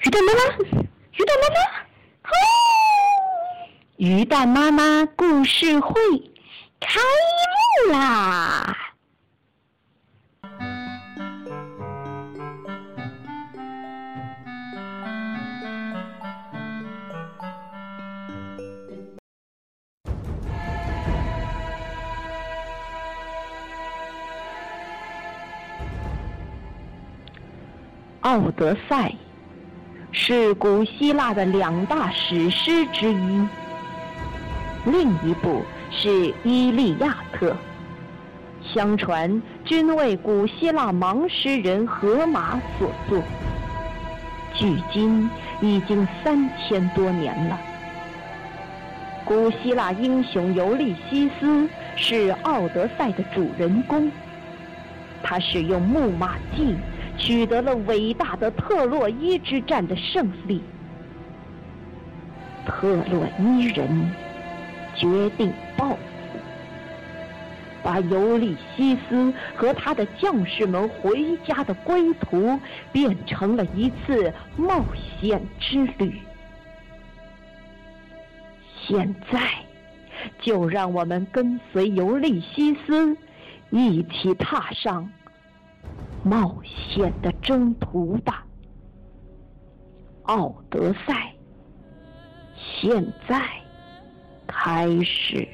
鱼蛋妈妈，鱼蛋妈妈，哦！鱼蛋妈妈故事会开幕啦！奥德赛是古希腊的2大史诗之一，另一部是《伊利亚特》，相传均为古希腊盲诗人荷马所作，距今已经3000多年了。古希腊英雄尤利西斯是奥德赛的主人公，他使用木马计取得了伟大的特洛伊之战的胜利。特洛伊人决定报复，把尤利西斯和他的将士们回家的归途变成了一次冒险之旅。现在，就让我们跟随尤利西斯一起踏上冒险的征途吧。奥德赛，现在开始。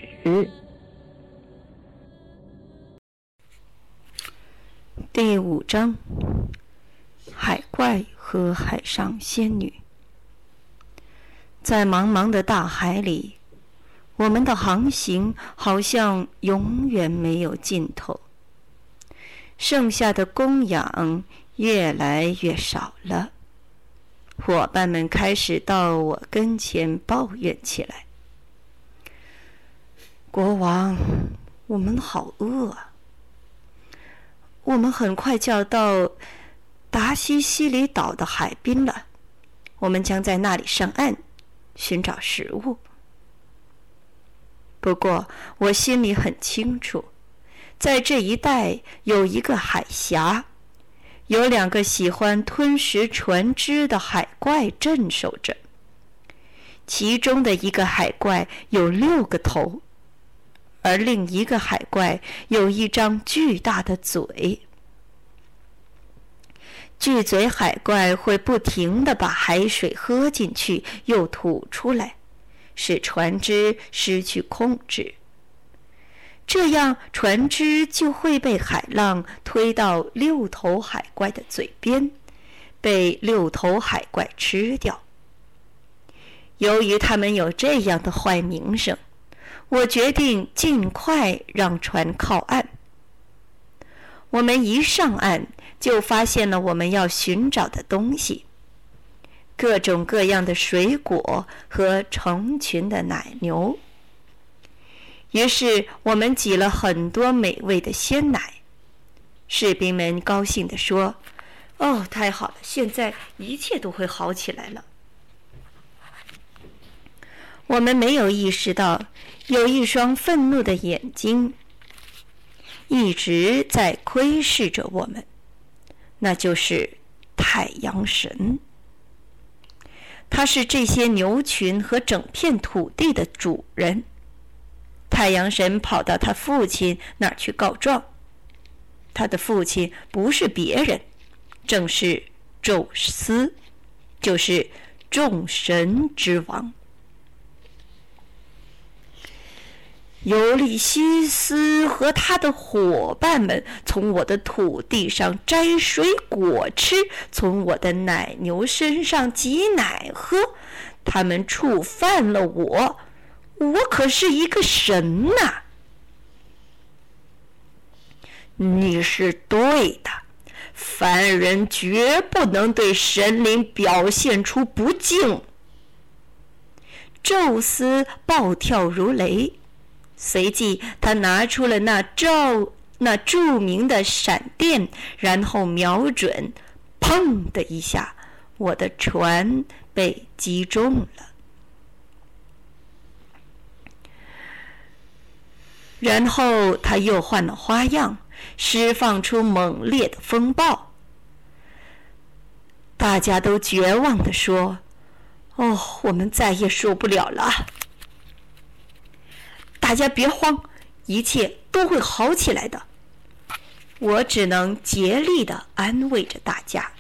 第5章，海怪和海上仙女。在茫茫的大海里，我们的航行好像永远没有尽头。剩下的供养越来越少了，伙伴们开始到我跟前抱怨起来：“国王，我们好饿啊！我们很快就要到达西西里岛的海滨了，我们将在那里上岸，寻找食物。不过，我心里很清楚，在这一带有一个海峡，有2个喜欢吞食船只的海怪镇守着。其中的一个海怪有6个头，而另一个海怪有一张巨大的嘴。巨嘴海怪会不停地把海水喝进去，又吐出来，使船只失去控制。这样船只就会被海浪推到6头海怪的嘴边，被6头海怪吃掉。由于他们有这样的坏名声，我决定尽快让船靠岸。我们一上岸就发现了我们要寻找的东西，各种各样的水果和成群的奶牛。于是我们挤了很多美味的鲜奶。士兵们高兴地说：“哦，太好了，现在一切都会好起来了。”我们没有意识到，有一双愤怒的眼睛一直在窥视着我们，那就是太阳神。他是这些牛群和整片土地的主人。太阳神跑到他父亲那儿去告状。他的父亲不是别人，正是宙斯，就是众神之王。尤利西斯和他的伙伴们从我的土地上摘水果吃，从我的奶牛身上挤奶喝，他们触犯了我可是一个神呐！你是对的，凡人绝不能对神灵表现出不敬。宙斯暴跳如雷，随即他拿出了那著名的闪电，然后瞄准，砰的一下，我的船被击中了。然后他又换了花样，释放出猛烈的风暴。 大家都绝望地说：“哦，我们再也受不了了。”大家别慌，一切都会好起来的。我只能竭力地安慰着大家。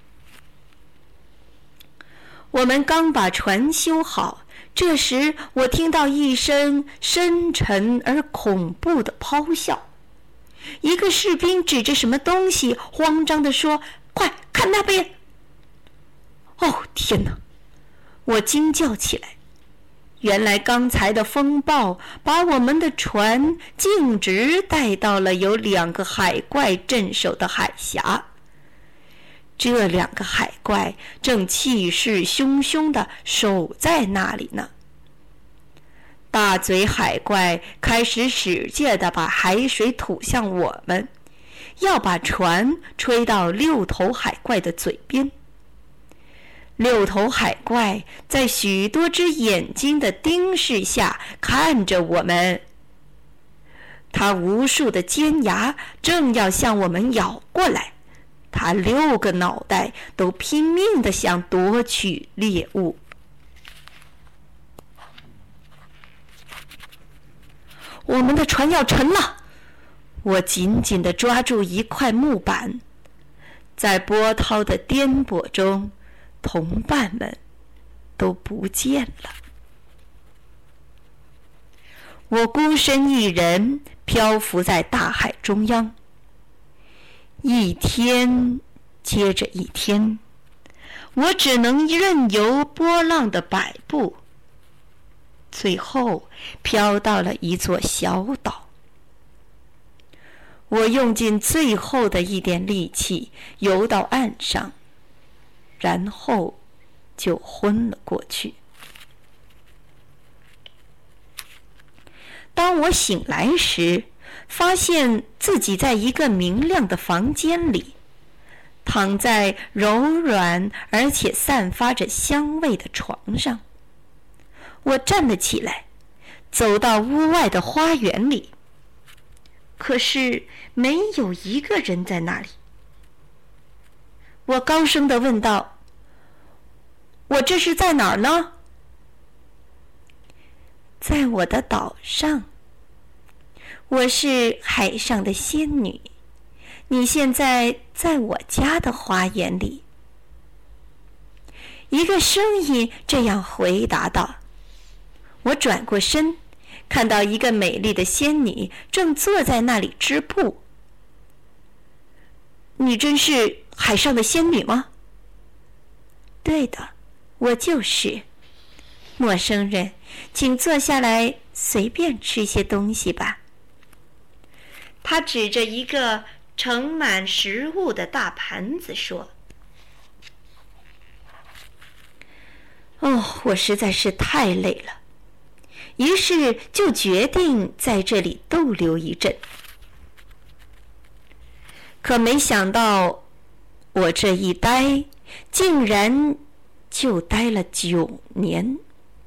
我们刚把船修好，这时我听到一声深沉而恐怖的咆哮。一个士兵指着什么东西，慌张地说：“快看那边！”哦，天哪！我惊叫起来。原来刚才的风暴把我们的船径直带到了有2个海怪镇守的海峡。这2个海怪正气势汹汹地守在那里呢。大嘴海怪开始使劲地把海水吐向我们，要把船吹到6头海怪的嘴边。6头海怪在许多只眼睛的盯视下看着我们，它无数的尖牙正要向我们咬过来，它6个脑袋都拼命地想夺取猎物。我们的船要沉了！我紧紧地抓住一块木板，在波涛的颠簸中，同伴们都不见了。我孤身一人漂浮在大海中央，一天接着一天，我只能任由波浪的摆布，最后飘到了一座小岛。我用尽最后的一点力气游到岸上，然后就昏了过去。当我醒来时，发现自己在一个明亮的房间里，躺在柔软而且散发着香味的床上。我站了起来，走到屋外的花园里，可是没有一个人在那里。我高声地问道：“我这是在哪儿呢？”“在我的岛上。我是海上的仙女，你现在在我家的花园里。”一个声音这样回答道。我转过身，看到一个美丽的仙女正坐在那里织布。“你真是海上的仙女吗？”“对的，我就是。陌生人，请坐下来，随便吃些东西吧。”他指着一个盛满食物的大盘子说：“哦，我实在是太累了。”于是就决定在这里逗留一阵。可没想到，我这一待，竟然就待了9年。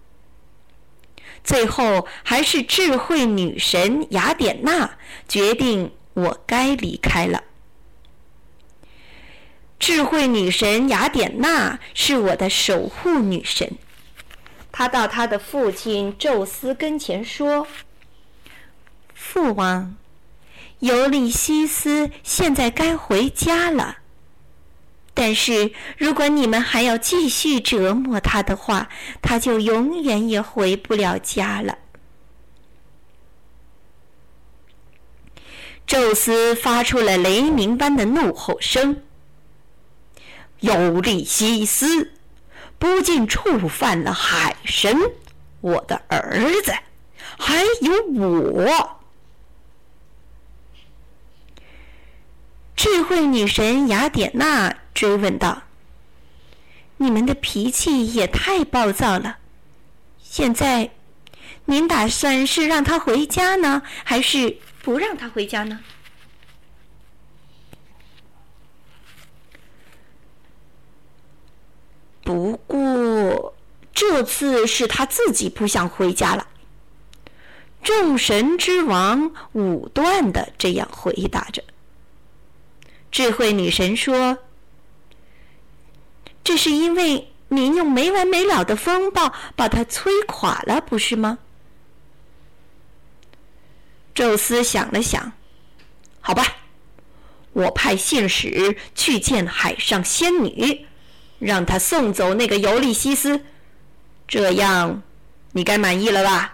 最后还是智慧女神雅典娜决定我该离开了。智慧女神雅典娜是我的守护女神。他到他的父亲宙斯跟前说：“父王，尤利西斯现在该回家了，但是如果你们还要继续折磨他的话，他就永远也回不了家了。”宙斯发出了雷鸣般的怒吼声：“尤利西斯不仅触犯了海神，我的儿子，还有我。”智慧女神雅典娜追问道：“你们的脾气也太暴躁了，现在您打算是让他回家呢，还是不让他回家呢？”不过这次是他自己不想回家了。众神之王武断地这样回答着。智慧女神说：“这这是因为您用没完没了的风暴把它摧垮了，不是吗？宙斯想了想，好吧，我派信使去见海上仙女，让她送走那个尤利西斯，这样你该满意了吧？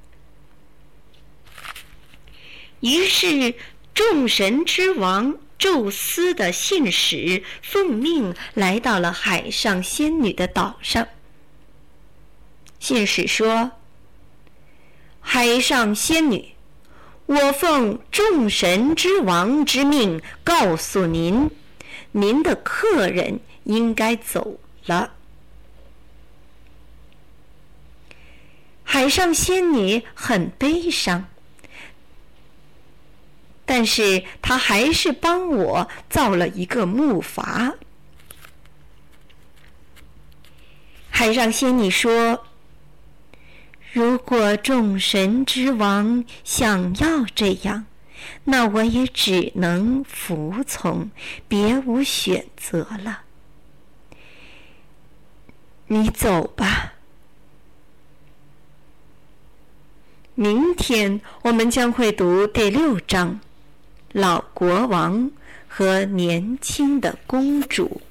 于是众神之王宙斯的信使奉命来到了海上仙女的岛上。信使说：海上仙女，我奉众神之王之命告诉您，您的客人应该走了。海上仙女很悲伤，但是她还是帮我造了一个木筏。海上仙女说：如果众神之王想要这样，那我也只能服从，别无选择了。你走吧。明天我们将会读第6章，老国王和年轻的公主。